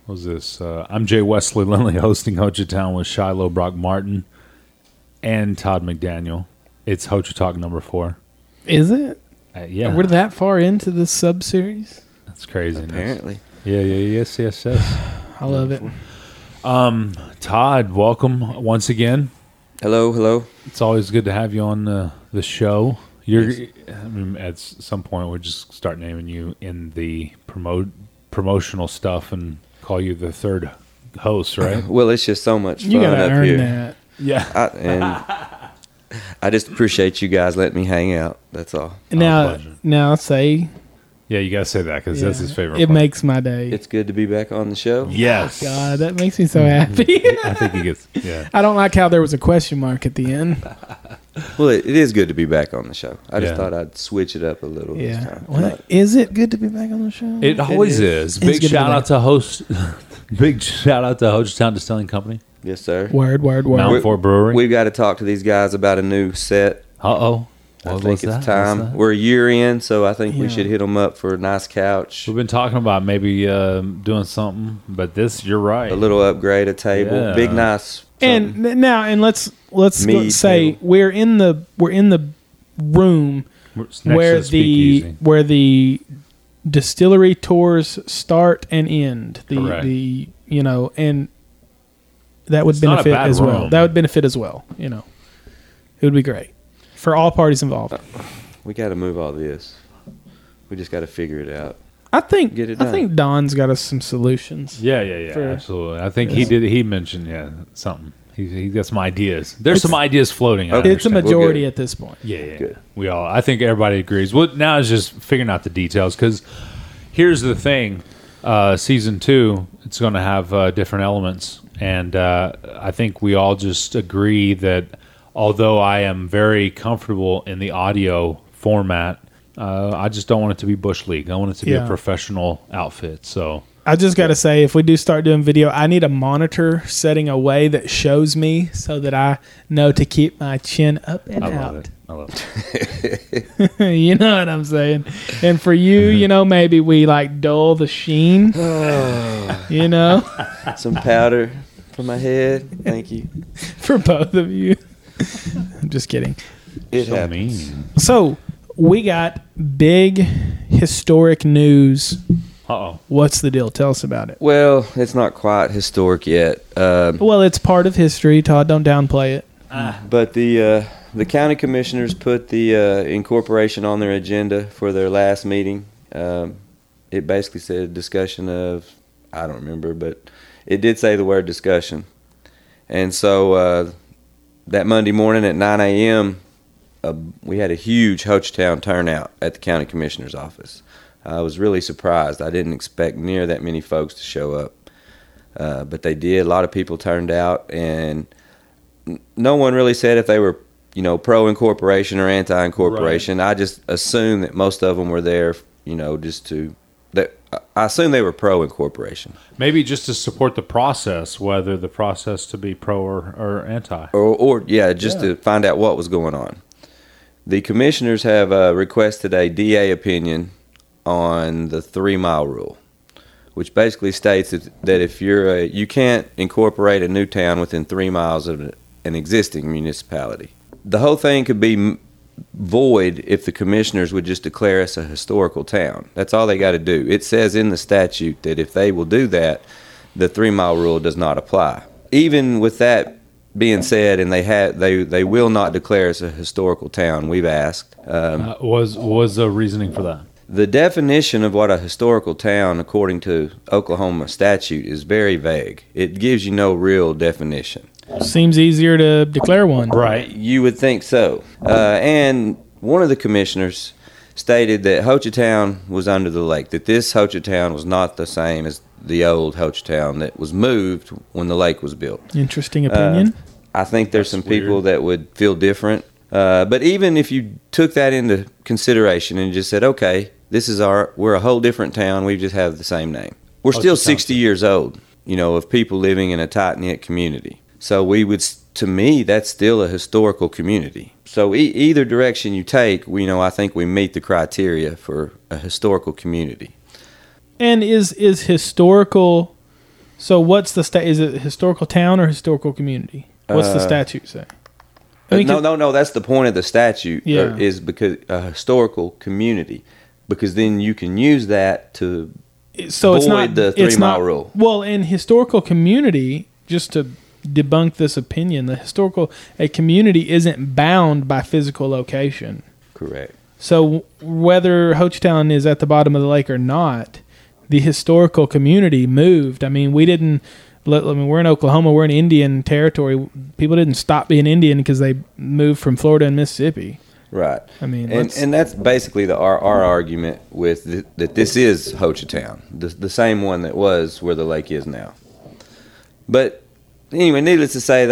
what was this? I'm Jay Wesley Lindley hosting Ho Chi Town with Shiloh Brock Martin and Todd McDaniel. It's Ho Chi Talk number 4. Is it? Yeah. We're that far into this sub-series? That's crazy. Apparently. Yeah, yes. I love it. Todd, welcome once again. Hello. It's always good to have you on the show. I mean, at some point, we'll just start naming you in the promotional stuff and call you the third host, right? Well, it's just so much fun You gotta up earn here. that. Yeah. I just appreciate you guys letting me hang out. That's all. Now say. Yeah, you gotta say that because that's his favorite. It part. makes my day. It's good to be back on the show. Yes. God, that makes me so happy. I think he gets. Yeah. I don't like how there was a question mark at the end. Well, it is good to be back on the show. I just Yeah. thought I'd switch it up a little this Yeah. time. Well, is it good to be back on the show? It always is. is. Big It's good to shout be out to host. Big shout out to Ho Chi Town Distilling Company, Yes, sir. Word. Mount Fort Brewery. We've got to talk to these guys about a new set. I think it's time. We're a year in, so I think we Yeah. should hit them up for a nice couch, We've been talking about maybe doing something, but you're right. a little upgrade, a table, Yeah. big nice. something. And let's Mead say table. we're in the room Next to where the speakeasy. the distillery tours start and end. Correct. And that would It's not a benefit bad as well. room. That would benefit as well. It would be great for all parties involved. We got to move all this. We just got to figure it out. I think Get it I done. think Don's got us some solutions. Yeah, for- absolutely. I think he mentioned something. He got some ideas. There's some ideas floating. I Okay. It's a understand. majority good. at this point. Yeah. Good. I think everybody agrees. Well, now it's just figuring out the details because here's the thing: season 2, it's going to have different elements, and I think we all just agree that although I am very comfortable in the audio format, I just don't want it to be Bush League. I want it to be a Yeah. professional outfit. So. I just got to say, if we do start doing video, I need a monitor setting a way that shows me so that I know to keep my chin up and I out. love it. I love it. You know what I'm saying? And for you, maybe we like dull the sheen, Some powder for my head. Thank you. for both of you. I'm just kidding. It So happens. mean. So we got big historic news. Uh-oh. What's the deal? Tell us about it. Well, it's not quite historic yet, Well, it's part of history. Todd, don't downplay it. but the county commissioners put the incorporation on their agenda for their last meeting. It basically said discussion of, I don't remember, but it did say the word discussion. And so that Monday morning at 9 a.m., we had a huge Ho Chi Town turnout at the county commissioner's office. I was really surprised. I didn't expect near that many folks to show up. But they did. A lot of people turned out, and no one really said if they were, pro-incorporation or anti-incorporation. Right. I just assumed that most of them were there, I assume they were pro-incorporation. Maybe just to support the process, whether the process to be pro or anti. Or to find out what was going on. The commissioners have requested a DA opinion on the 3-mile rule, which basically states that if you can't incorporate a new town within 3 miles of an existing municipality. The whole thing could be void if the commissioners would just declare us a historical town. That's all they got to do. It says in the statute that if they will do that, the 3-mile rule does not apply. Even with that being said, and they will not declare us a historical town, we've asked. Was the reasoning for that? The definition of what a historical town, according to Oklahoma statute, is very vague. It gives you no real definition. Seems easier to declare one. Right. You would think so. And one of the commissioners stated that Ho Chi Town was under the lake, that this Ho Chi Town was not the same as the old Ho Chi Town that was moved when the lake was built. Interesting opinion. I think there's That's some people weird. that would feel different. But even if you took that into consideration and just said, okay, we're a whole different town, we just have the same name. We're Ho Chi still Town. 60 years old, of people living in a tight-knit community. So to me, that's still a historical community. So either direction you take, I think we meet the criteria for a historical community. And is historical So what's the is it historical town or historical community? What's the statute say? I mean, No. That's the point of the statute. Yeah. Is because a historical community, because then you can use that to so it's not void the it's 3 mile not- rule. Well, in historical community, just to debunk this opinion, a community isn't bound by physical location. Correct. So whether Hochtown is at the bottom of the lake or not, the historical community moved. I mean, we're in Oklahoma. We're in Indian territory. People didn't stop being Indian because they moved from Florida and Mississippi. Right. I mean, and that's basically our argument with that this is Hochtown, the same one that was where the lake is now. But anyway, needless to say,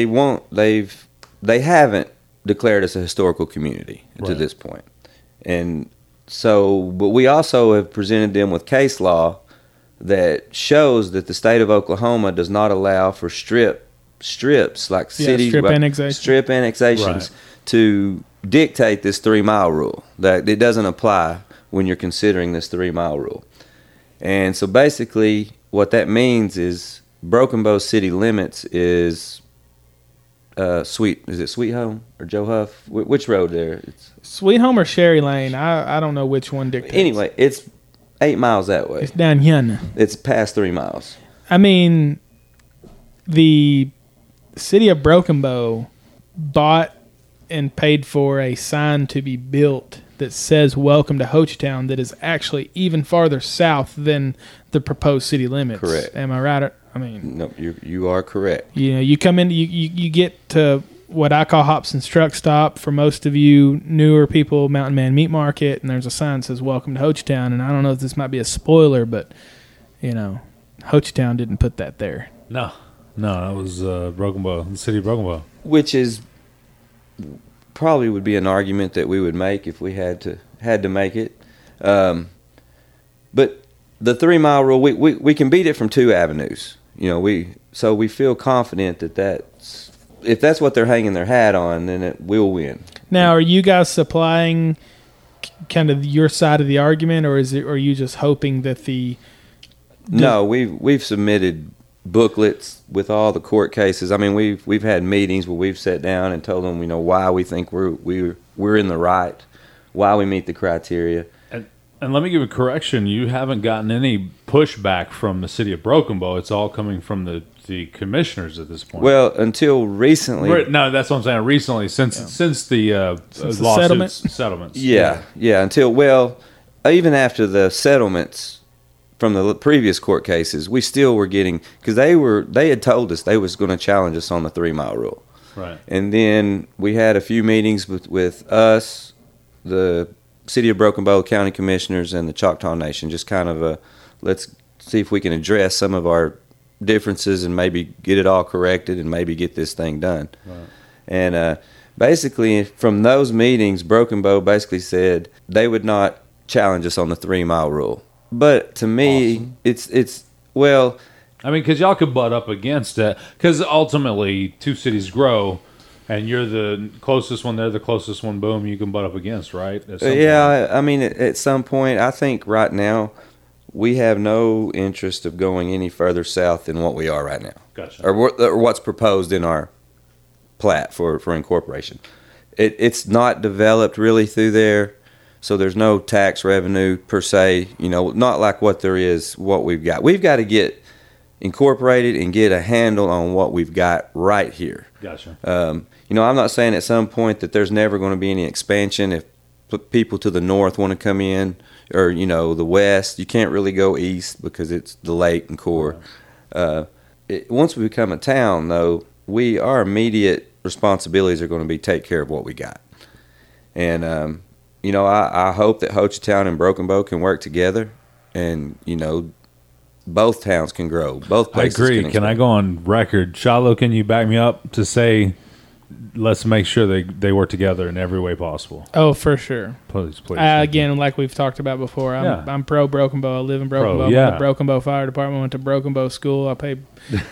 they haven't declared us a historical community to this point. And so, but we also have presented them with case law that shows that the state of Oklahoma does not allow for strips like cities, strip annexations to dictate this 3 mile rule. That it doesn't apply when you're considering this 3 mile rule. And so basically what that means is Broken Bow city limits is Sweet Home or Joe Huff? Which road there? It's Sweet Home or Sherry Lane. I don't know which one dictates. Anyway, it's 8 miles that way. It's down here. It's past 3 miles. I mean, the city of Broken Bow bought and paid for a sign to be built that says "Welcome to Hochtown" that is actually even farther south than the proposed city limits. Correct. Am I right? I mean, No, you are correct. you know, you come in, you get to what I call Hobson's Truck Stop. For most of you newer people, Mountain Man Meat Market, and there's a sign that says "Welcome to Hochtown." And I don't know if this might be a spoiler, but you know, Hochtown didn't put that there. No, that was Broken Bow, the city of Broken Bow. Which is probably would be an argument that we would make if we had to make it. But the 3 mile rule, we can beat it from 2 avenues. You know, we feel confident that if that's what they're hanging their hat on, then it will win. Now, are you guys supplying kind of your side of the argument, or are you just hoping that No, we've submitted booklets with all the court cases. I mean, we've had meetings where we've sat down and told them, you know, why we think we're in the right, why we meet the criteria. And let me give a correction. You haven't gotten any pushback from the city of Broken Bow. It's all coming from the commissioners at this point. Well, until recently. No, that's what I'm saying. Recently, since the settlements. Yeah. Even after the settlements from the previous court cases, we still were getting, because they had told us they was going to challenge us on the 3 mile rule. Right. And then we had a few meetings with us, the City of Broken Bow County Commissioners, and the Choctaw Nation, just kind of let's see if we can address some of our differences and maybe get it all corrected and maybe get this thing done. Right. And basically from those meetings, Broken Bow basically said they would not challenge us on the 3 mile rule. But to me, it's well, I mean, because y'all could butt up against it, because ultimately 2 cities grow. And you're the closest one, they're the closest one, boom, you can butt up against, right? I mean, at some point, I think right now, we have no interest of going any further south than what we are right now. Gotcha. Or what's proposed in our plat for incorporation. It's not developed really through there, so there's no tax revenue per se, you know, not like what there is, what we've got. We've got to get incorporated and get a handle on what we've got right here. Gotcha. You know, I'm not saying at some point that there's never going to be any expansion if people to the north want to come in, or, you know, the west. You can't really go east because it's the lake and core. Once we become a town, though, our immediate responsibilities are going to be take care of what we got. And, you know, I hope that Hochtown and Broken Bow can work together and, you know, both towns can grow. Both places I agree. Can I go on record? Shiloh, can you back me up to say, let's make sure they work together in every way possible? Oh, for sure. Please. Again, like we've talked about before, I'm pro Broken Bow. I live in Broken Bow. I'm in the Broken Bow Fire Department. Went to Broken Bow School. I pay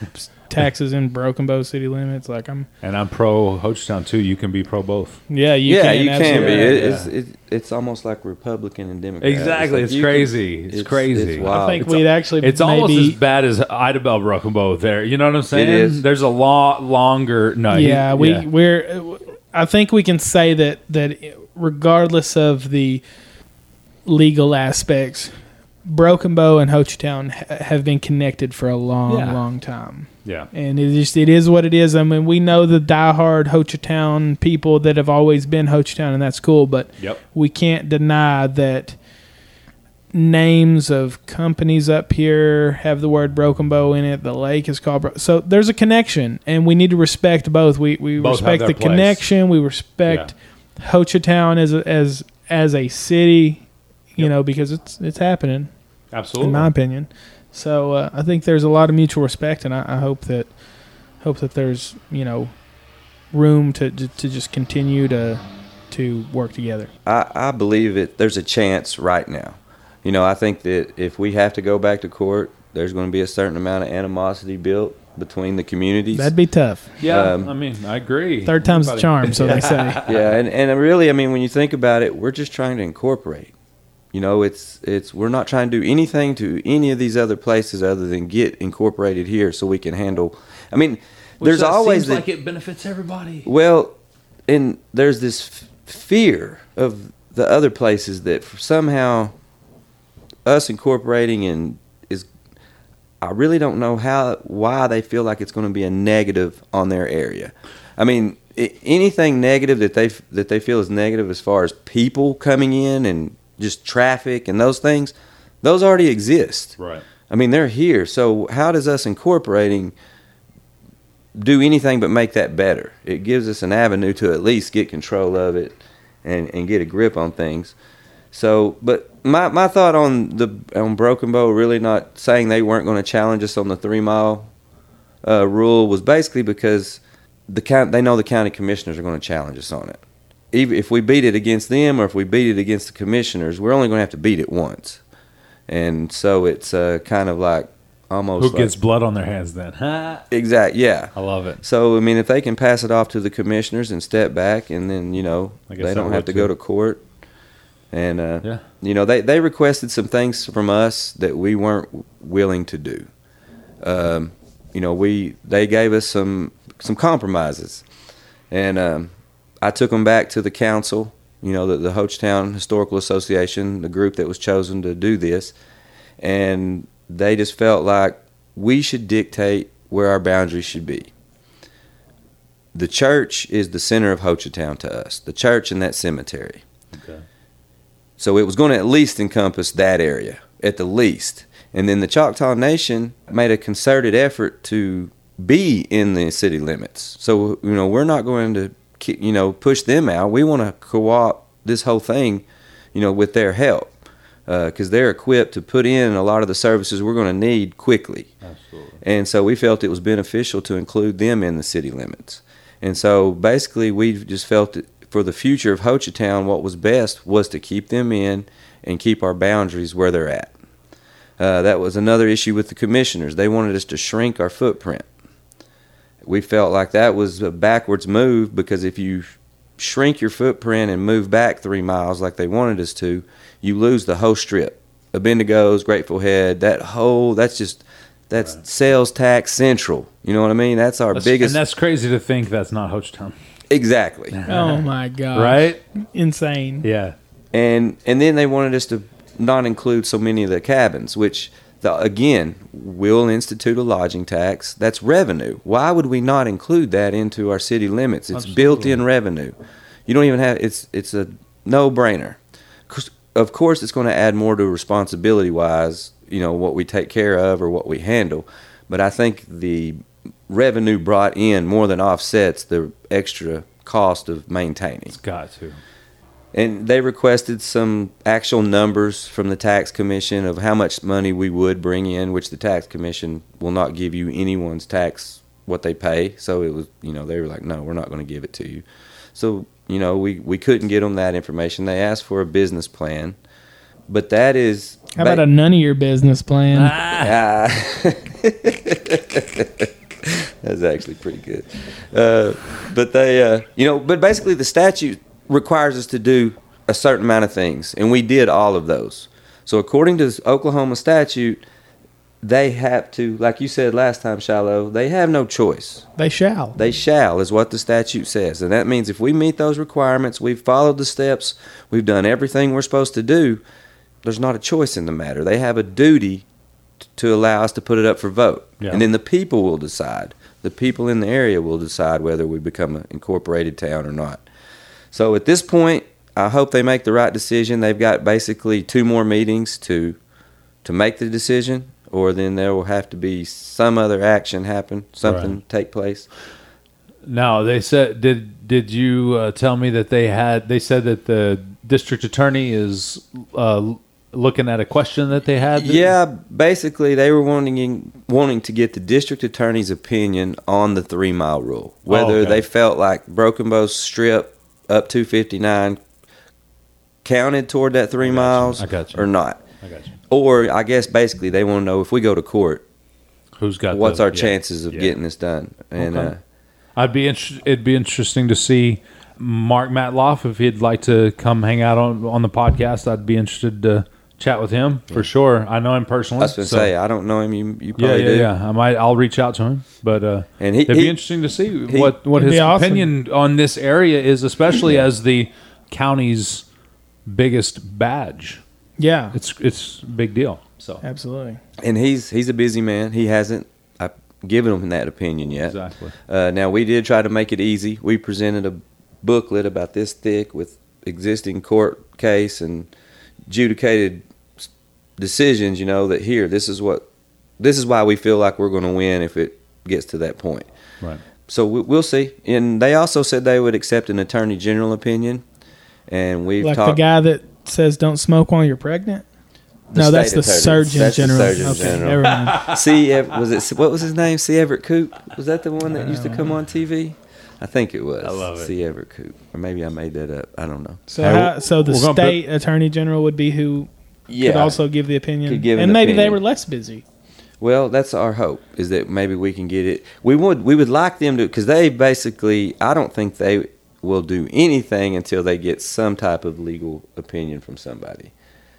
taxes in Broken Bow city limits. Like And I'm pro Hochtown too. You can be pro both. yeah, you yeah, can, you can be. absolutely. It's almost like Republican and Democrat. Exactly. It's It's crazy. It's crazy. It's wild. I think we'd actually It's almost maybe, as bad as Idabel Broken Bow there. You know what I'm saying? It is. There's a lot longer. No, yeah, we're. I think we can say that regardless of the legal aspects, Broken Bow and Hochtown have been connected for a long time. Yeah. And it is what it is. I mean, we know the diehard Hochtown people that have always been Hochtown, and that's cool. But Yep. we can't deny that names of companies up here have the word Broken Bow in it. The lake is called so there's a connection, and we need to respect both. We Both have respect their the place. connection. We respect Hochtown as a city, you know, because it's happening. Absolutely. In my opinion. So I think there's a lot of mutual respect, and I hope that there's, you know, room to just continue to work together. I believe there's a chance right now. You know, I think that if we have to go back to court, there's going to be a certain amount of animosity built between the communities. That'd be tough. Yeah, I mean, I agree. Third time's the charm, so they say. Yeah, and really, I mean, when you think about it, we're just trying to incorporate. You know, it's we're not trying to do anything to any of these other places other than get incorporated here so we can handle. I mean, there's always seems like it benefits everybody. Well, and there's this fear of the other places that somehow us incorporating I really don't know why they feel like it's going to be a negative on their area. I mean, anything negative that they feel is negative as far as people coming in and just traffic and those things, those already exist. Right. I mean, they're here. So how does us incorporating do anything but make that better? It gives us an avenue to at least get control of it and get a grip on things. So, but my thought on Broken Bow, really not saying they weren't going to challenge us on the 3 mile rule, was basically because they know the county commissioners are going to challenge us on it. Even if we beat it against them or if we beat it against the commissioners, we're only going to have to beat it once. And so it's kind of like almost Who gets blood on their hands then? Exactly, yeah. I love it. So, I mean, if they can pass it off to the commissioners and step back, and then, you know, I guess they don't I have would to too. go to court. And, you know, they requested some things from us that we weren't willing to do. You know, they gave us some compromises. And I took them back to the council, you know, the Hochtown Historical Association, the group that was chosen to do this. And they just felt like we should dictate where our boundaries should be. The church is the center of Hochtown to us, the church and that cemetery. Okay. So it was going to at least encompass that area, at the least. And then the Choctaw Nation made a concerted effort to be in the city limits. So, you know, we're not going to, you know, push them out. We want to co-opt this whole thing, you know, with their help. Because they're equipped to put in a lot of the services we're going to need quickly. Absolutely. And so we felt it was beneficial to include them in the city limits. And so basically we just felt that for the future of Hochtown, what was best was to keep them in and keep our boundaries where they're at. That was another issue with the commissioners. They wanted us to shrink our footprint. We felt like that was a backwards move, because if you shrink your footprint and move back 3 miles like they wanted us to, you lose the whole strip. Abendigo's, Grateful Head, that's right. Sales tax central. You know what I mean? That's our biggest. And that's crazy to think that's not Hochtown. Exactly. Oh my God! Right? Insane. Yeah. And then they wanted us to not include so many of the cabins, which again will institute a lodging tax. That's revenue. Why would we not include that into our city limits? It's Absolutely. built-in revenue. You don't even have. It's a no-brainer. Of course, it's going to add more to responsibility-wise, you know, what we take care of or what we handle. But I think the revenue brought in more than offsets the extra cost of maintaining. It's got to. And they requested some actual numbers from the tax commission of how much money we would bring in, which the tax commission will not give you anyone's tax, what they pay. So it was, you know, they were like, no, we're not going to give it to you. So, you know, we couldn't get them that information. They asked for a business plan, but that is... How about a none of your business plan? was actually pretty good. But they, but basically the statute requires us to do a certain amount of things, and we did all of those. So according to Oklahoma statute, they have to, like you said last time, Shiloh, they have no choice. They shall. They shall is what the statute says. And that means if we meet those requirements, we've followed the steps, we've done everything we're supposed to do, there's not a choice in the matter. They have a duty to allow us to put it up for vote. Yeah. And then the people will decide. The people in the area will decide whether we become an incorporated town or not. So at this point, I hope they make the right decision. They've got basically 2 more meetings to make the decision, or then there will have to be some other action happen, something take place. Now, they said, did you tell me that they said that the district attorney is looking at a question that they had? Yeah, basically they were wanting to get the district attorney's opinion on the 3-mile rule, whether they felt like Broken Bow Strip up 259 counted toward that 3 miles or not. I got you. Or I guess basically they want to know if we go to court, what's our chances of getting this done. And it'd be interesting to see Mark Matloff, if he'd like to come hang out on the podcast. I'd be interested to chat with him for sure. I know him personally. I was going to say, I don't know him. You probably do. Yeah. I'll reach out to him. But and it'd be interesting to see what his opinion on this area is, especially as the county's biggest badge. Yeah, it's a big deal. So absolutely. And he's a busy man. He hasn't given him that opinion yet. Exactly. Now we did try to make it easy. We presented a booklet about this thick with existing court case and adjudicated decisions. That here, this is why we feel like we're going to win if it gets to that point. Right. So we'll see. And they also said they would accept an attorney general opinion. And we've the guy that says don't smoke while you're pregnant. No, that's the Surgeon General. Never mind. What was his name? C. Everett Koop? Was that the one that used to come on TV? I think it was. I love it. C. Everett Koop. Or maybe I made that up. I don't know. So the state attorney general would be who could also give the opinion. And maybe they were less busy. Well, that's our hope, is that maybe we can get it. We would like them to, because they basically, I don't think they will do anything until they get some type of legal opinion from somebody.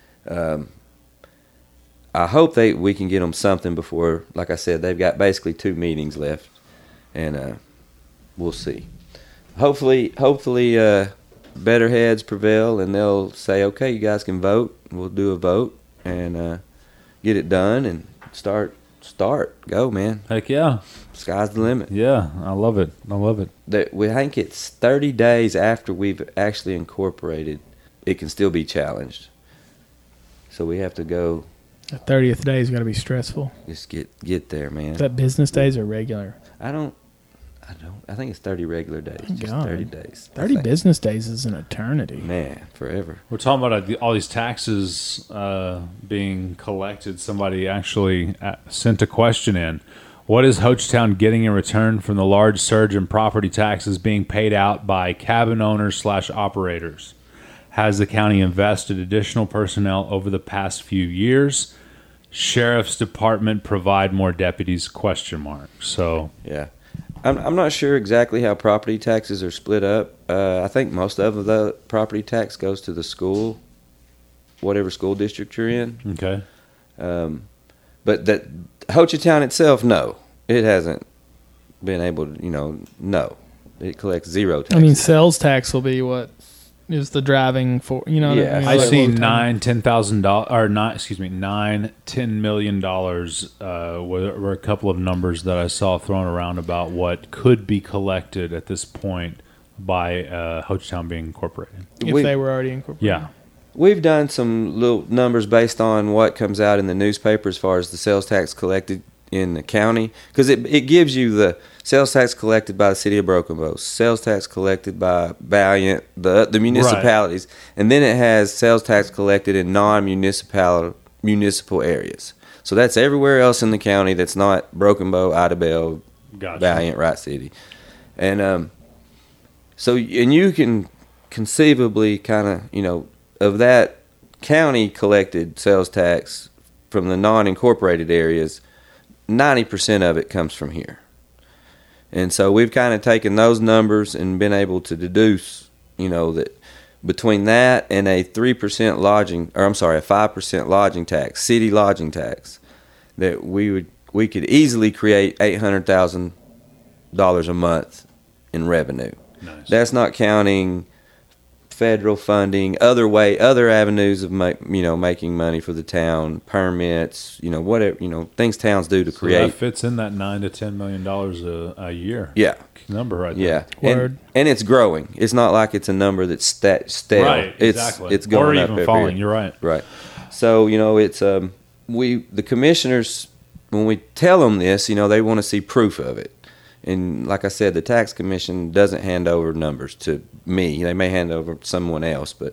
I hope we can get them something before, like I said, they've got basically 2 meetings left, and we'll see. Hopefully, better heads prevail, and they'll say, okay, you guys can vote. We'll do a vote and get it done and start. Go, man. Heck yeah. Sky's the limit. Yeah, I love it. I think it's 30 days after we've actually incorporated, it can still be challenged. So we have to go. The 30th day is going to be stressful. Just get there, man. Is that business days or regular? I think it's 30 regular days. Just 30 days. 30 business days is an eternity. Man, forever. We're talking about all these taxes being collected. Somebody actually sent a question in. What is Hochtown getting in return from the large surge in property taxes being paid out by cabin owners / operators? Has the county invested additional personnel over the past few years? Sheriff's Department provide more deputies? ? So yeah, I'm not sure exactly how property taxes are split up. I think most of the property tax goes to the school, whatever school district you're in. Okay. But that Hochtown itself, no, it hasn't been able to. No, it collects zero taxes. I mean, sales tax will be what is the driving for. Yeah, I see $9-10 million were a couple of numbers that I saw thrown around about what could be collected at this point by Hochtown being incorporated. If they were already incorporated. Yeah. We've done some little numbers based on what comes out in the newspaper as far as the sales tax collected in the county, because it gives you the sales tax collected by the city of Broken Bow, sales tax collected by Valiant, the municipalities, and then it has sales tax collected in non-municipal areas. So that's everywhere else in the county that's not Broken Bow, Idabel, Valiant, Wright City. And so you can conceivably kind of, of that county collected sales tax from the non-incorporated areas, 90% of it comes from here. And so we've kind of taken those numbers and been able to deduce, that between that and a 3% lodging, or I'm sorry, a 5% lodging tax, city lodging tax, that we could easily create $800,000 a month in revenue. Nice. That's not counting federal funding, other avenues of making money for the town, permits, whatever, things towns do to So create. that fits in that $9 to $10 million a year. Yeah. Number right Yeah, there. Word. and it's growing. It's not like it's a number that's stale. Right, exactly. It's going or up even every falling. year. You're right. Right. So it's the commissioners, when we tell them this, they want to see proof of it. And like I said, the tax commission doesn't hand over numbers to me. They may hand over to someone else, but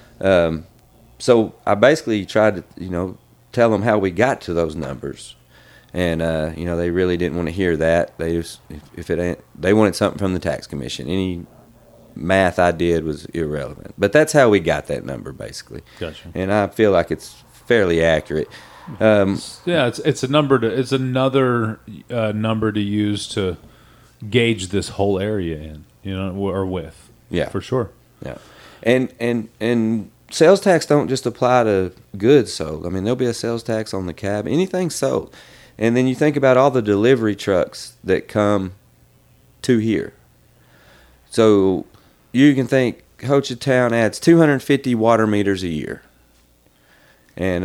so I basically tried to tell them how we got to those numbers. And they really didn't want to hear that. They just they wanted something from the tax commission. Any math I did was irrelevant. But that's how we got that number, basically. Gotcha. And I feel like it's fairly accurate. Yeah, it's a number it's another number to use to gauge this whole area in, or with. Yeah, for sure. Yeah, and sales tax don't just apply to goods sold. I mean, there'll be a sales tax on the cab, anything sold. And then you think about all the delivery trucks that come to here. So you can think Hochatown adds 250 water meters a year. And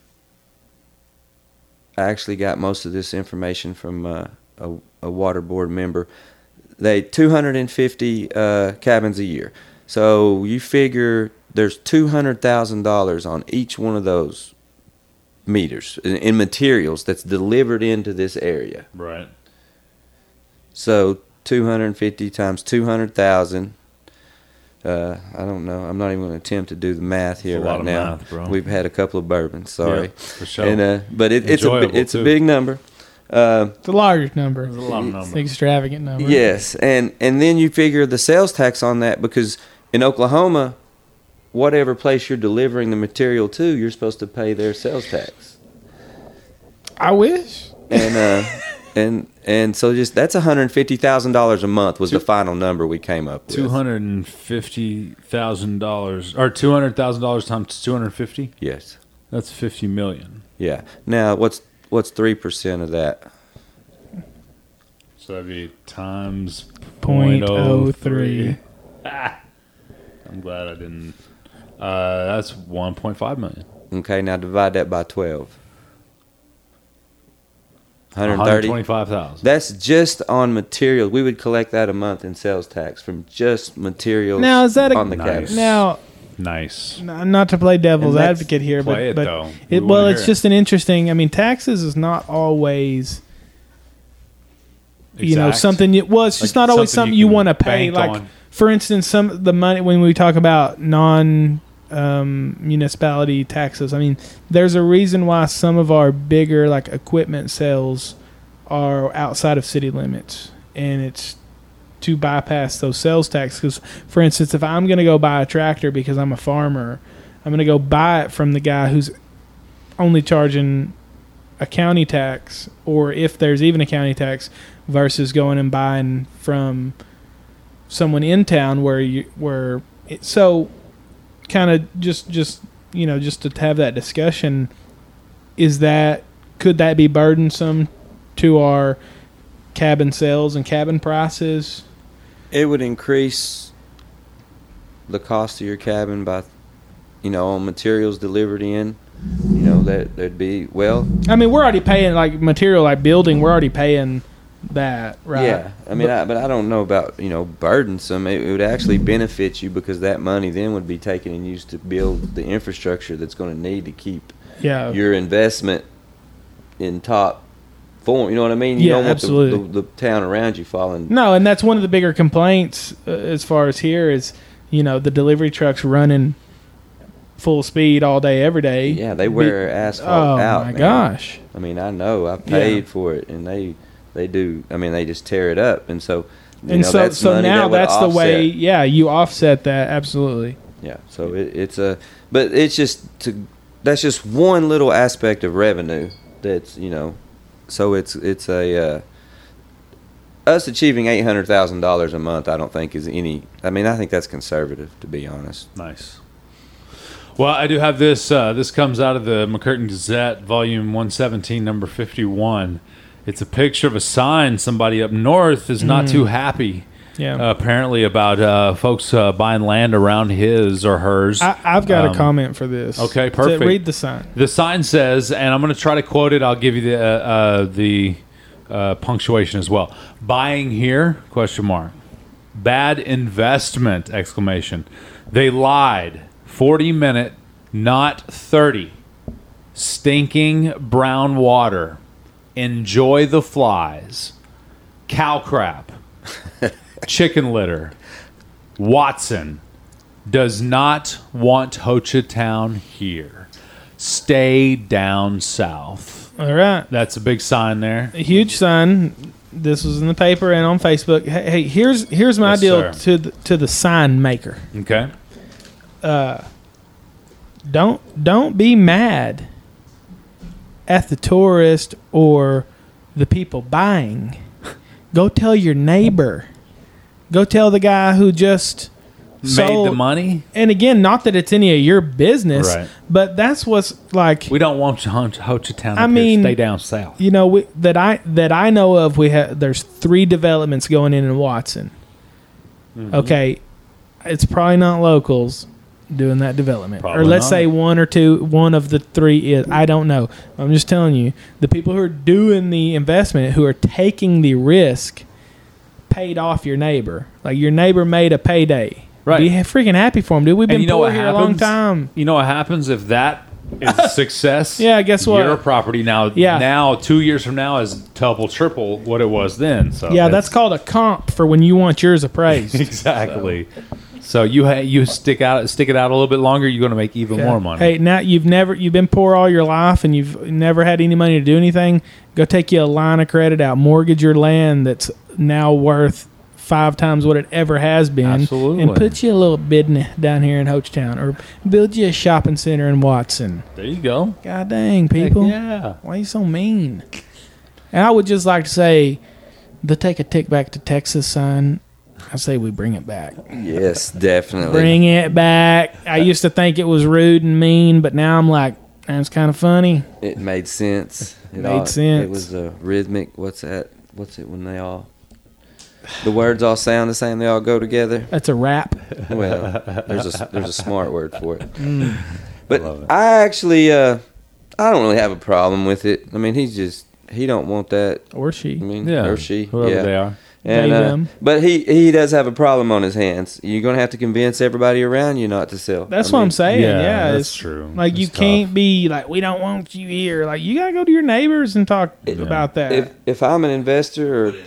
I actually got most of this information from a water board member. They 250 cabins a year. So you figure there's $200,000 on each one of those meters in materials that's delivered into this area. Right. So 250 times 200,000. I don't know. I'm not even going to attempt to do the math here It's a right lot of now. math, bro. We've had a couple of bourbons. Sorry. Yeah, for sure. And but it's a too. big number. It's a large number. It's a lot of It's numbers. an extravagant number. Yes, and then you figure the sales tax on that, because in Oklahoma, whatever place you're delivering the material to, you're supposed to pay their sales tax. I wish. And so just that's $150,000 a month was the final number we came up with. $250,000 or $200,000 times 250. Yes. That's $50 million. Yeah. Now what's 3% of that? So that'd be times 0.03. I'm glad I didn't. That's 1.5 million. Okay. Now divide that by 12. 130. 125,000. That's just on materials. We would collect that a month in sales tax from just materials. Now, is that on the Nice. cabinet. Now, Nice. not to play devil's And that's- advocate here, Play but it, though. We well, wanna it's hear just an interesting. I mean, taxes is not always Exact. something. It's just Like not always something something you you can want to pay. bank Like on. for instance, some of the money when we talk about municipality taxes. I mean, there's a reason why some of our bigger like equipment sales are outside of city limits, and it's to bypass those sales tax. Because, for instance, if I'm going to go buy a tractor because I'm a farmer, I'm going to go buy it from the guy who's only charging a county tax, or if there's even a county tax, versus going and buying from someone in town so kind of just to have that discussion, could that be burdensome to our cabin sales and cabin prices? It would increase the cost of your cabin by, on materials delivered in. There'd be, well. I mean, we're already paying like material, like building. We're already paying that, right? Yeah. I mean, but I don't know about, burdensome. It would actually benefit you because that money then would be taken and used to build the infrastructure that's going to need to keep your investment in top form. You know what I mean? You Yeah, don't want absolutely. the town around you falling. No, and that's one of the bigger complaints as far as here is, the delivery trucks running full speed all day, every day. Yeah, they wear asphalt out. Oh my man. gosh! I mean, I know. I paid for it, and they do. I mean, they just tear it up, and so that's so money now that would that's the way. offset. Yeah, you offset that absolutely. Yeah, so but it's that's just one little aspect of revenue. That's so it's a us achieving $800,000 a month, I don't think is any. I mean, I think that's conservative, to be honest. Nice. Well, I do have this. This comes out of the McCurtain Gazette, volume 117, number 51. It's a picture of a sign. Somebody up north is not too happy. Yeah. Apparently about folks buying land around his or hers. I've got a comment for this. Okay, perfect. Read the sign. The sign says, and I'm going to try to quote it. I'll give you the punctuation as well. Buying here? ? Bad investment! ! They lied. 40-minute, not 30. Stinking brown water. Enjoy the flies. Cow crap. Chicken litter. Watson does not want Hochatown here. Stay down south. All right. That's a big sign there. A huge sign. This was in the paper and on Facebook. Hey, here's my Yes, deal sir. to the sign maker. Okay. Don't be mad at the tourist or the people buying. Go tell your neighbor. Go tell the guy who just Made the money. And again, not that it's any of your business, Right. but that's what's like. We don't want Hochatown. I up mean, here. Stay down south. You know, that I know of, there's 3 developments going in Watson. Mm-hmm. Okay, it's probably not locals doing that development, Probably or let's not. say 1 or 2. One of the 3 is. I don't know. I'm just telling you, the people who are doing the investment, who are taking the risk, paid off your neighbor. Like your neighbor made a payday. Right. Be freaking happy for him, dude. We've And been you know poor what here a long happens? time. You know what happens if that is a success? Yeah, guess what? Your property now. Yeah. Now 2 years from now is double, triple what it was then. So Yeah, that's called a comp for when you want yours appraised. exactly. So you stick it out a little bit longer. You're going to make even more money. Hey, now you've been poor all your life and you've never had any money to do anything. Go take you a line of credit out, mortgage your land that's now worth 5 times what it ever has been. Absolutely. And put you a little business down here in Hochatown, or build you a shopping center in Watson. There you go. God dang, people. Heck yeah. Why are you so mean? And I would just like to say, the take a tick back to Texas sign, I say we bring it back. Yes, definitely. Bring it back. I used to think it was rude and mean, but now I'm like, that's kind of funny. It made sense. Made sense. It was a rhythmic. What's that? What's it when they all? The words all sound the same. They all go together. That's a rap. Well, there's a smart word for it. Mm. But Love it. I actually I don't really have a problem with it. I mean, he don't want that. Or she. I mean, Yeah. or she, Whoever yeah. they are. And, They, them. but he does have a problem on his hands. You're gonna have to convince everybody around you not to sell. That's I what mean, I'm saying. Yeah, Yeah, that's it's true. Like you It's tough. can't be like, we don't want you here. Like you gotta go to your neighbors and talk about that. If I'm an investor or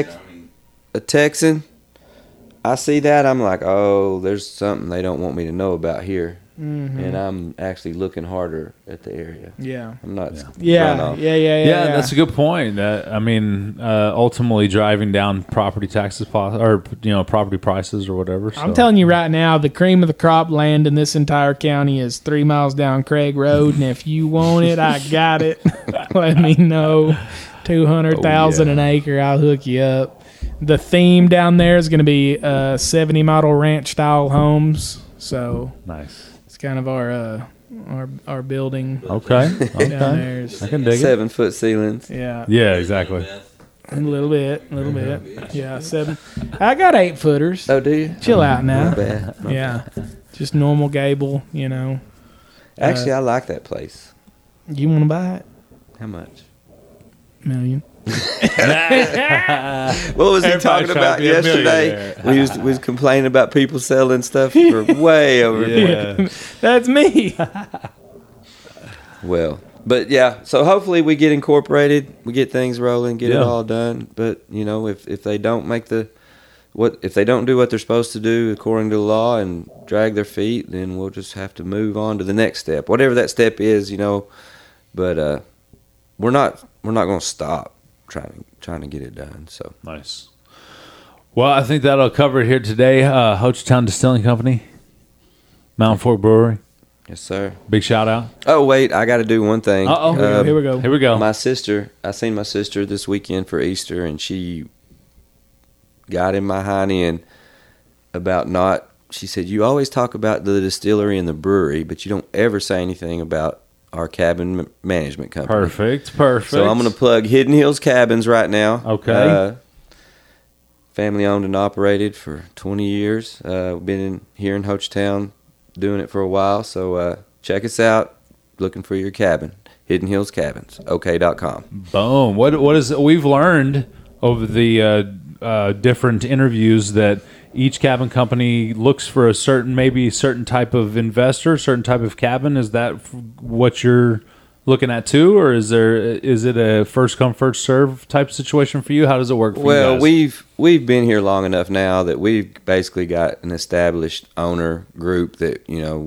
a Texan, I see that, I'm like, oh, there's something they don't want me to know about here. Mhm. And I'm actually looking harder at the area. Yeah. I'm not. Yeah. Yeah. Yeah, that's a good point. I mean, ultimately driving down property taxes or property prices or whatever. I'm so. telling you right now, the cream of the crop land in this entire county is 3 miles down Craig Road, and if you want it, I got it. Let me know. 200,000 an acre, I'll hook you up. The theme down there is going to be 70 model ranch style homes. So Nice. it's kind of our building Okay. down Okay. there. I can dig it. 7-foot ceilings. Yeah, Yeah, exactly. a little bit. Yeah, 7. I got 8 footers. Oh, do you? Chill out now. My bad. Yeah, just normal gable. Actually, I like that place. You want to buy it? How much? Million. What was he Everybody's talking trying to about be a yesterday? millionaire. We was complaining about people selling stuff for way over. Yeah. That's me. Well, but yeah. So hopefully we get incorporated, we get things rolling, get it Yeah. all done. But if they don't make if they don't do what they're supposed to do according to the law and drag their feet, then we'll just have to move on to the next step, whatever that step is. But we're not going to stop trying to get it done. So Nice. Well, I think that'll cover it here today. Hochatown Distilling Company, Mountain Fork Brewery. yes, sir. Big shout out. Oh wait, I got to do one thing. Uh-oh. Here we go. Here we go. I seen my sister this weekend for Easter, and she got in my hind end about not. She said, "You always talk about the distillery and the brewery, but you don't ever say anything about our cabin management company." Perfect. So I'm going to plug Hidden Hills Cabins right now. Okay. Family owned and operated for 20 years. We've been here in Hochtown doing it for a while. So check us out. Looking for your cabin. Hidden Hills Cabins. OK.com. Boom. What is we've learned over the different interviews that each cabin company looks for maybe certain type of investor, certain type of cabin. Is that what you're looking at too, or is it a first come first serve type situation for you? How does it work for you guys? Well, we've been here long enough now that we've basically got an established owner group that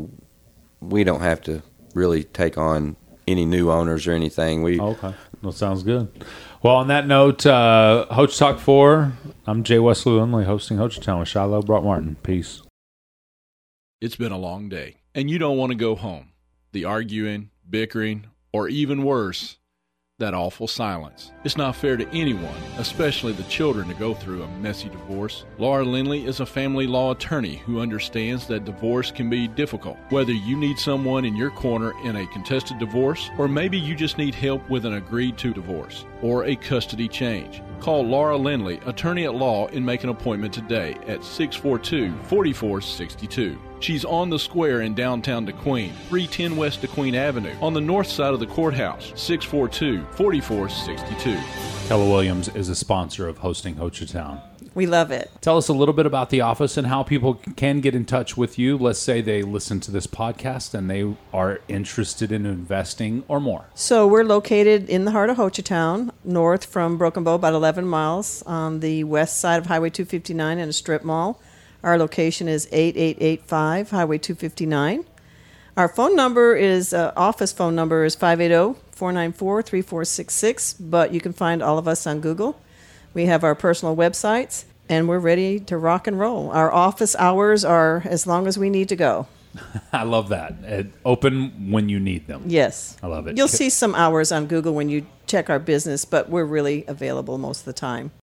we don't have to really take on any new owners or anything. Okay, that sounds good. Well, on that note, Hoach Talk 4, I'm Jay Wesley Lindley, hosting Hochtown with Shiloh Brock Martin. Peace. It's been a long day, and you don't want to go home. The arguing, bickering, or even worse, that awful silence. It's not fair to anyone, especially the children, to go through a messy divorce. Laura Lindley is a family law attorney who understands that divorce can be difficult. Whether you need someone in your corner in a contested divorce, or maybe you just need help with an agreed-to divorce, or a custody change, call Laura Lindley, attorney at law, and make an appointment today at 642-4462. She's on the square in downtown DeQueen, 310 West DeQueen Avenue, on the north side of the courthouse, 642-4462. Keller Williams is a sponsor of hosting Hochtown. We love it. Tell us a little bit about the office and how people can get in touch with you. Let's say they listen to this podcast and they are interested in investing or more. So we're located in the heart of Hochtown, north from Broken Bow, about 11 miles on the west side of Highway 259 in a strip mall. Our location is 8885 Highway 259. Our phone number is, office phone number is 580-494-3466, but you can find all of us on Google. We have our personal websites, and we're ready to rock and roll. Our office hours are as long as we need to go. I love that. Open when you need them. Yes. I love it. You'll see some hours on Google when you check our business, but we're really available most of the time.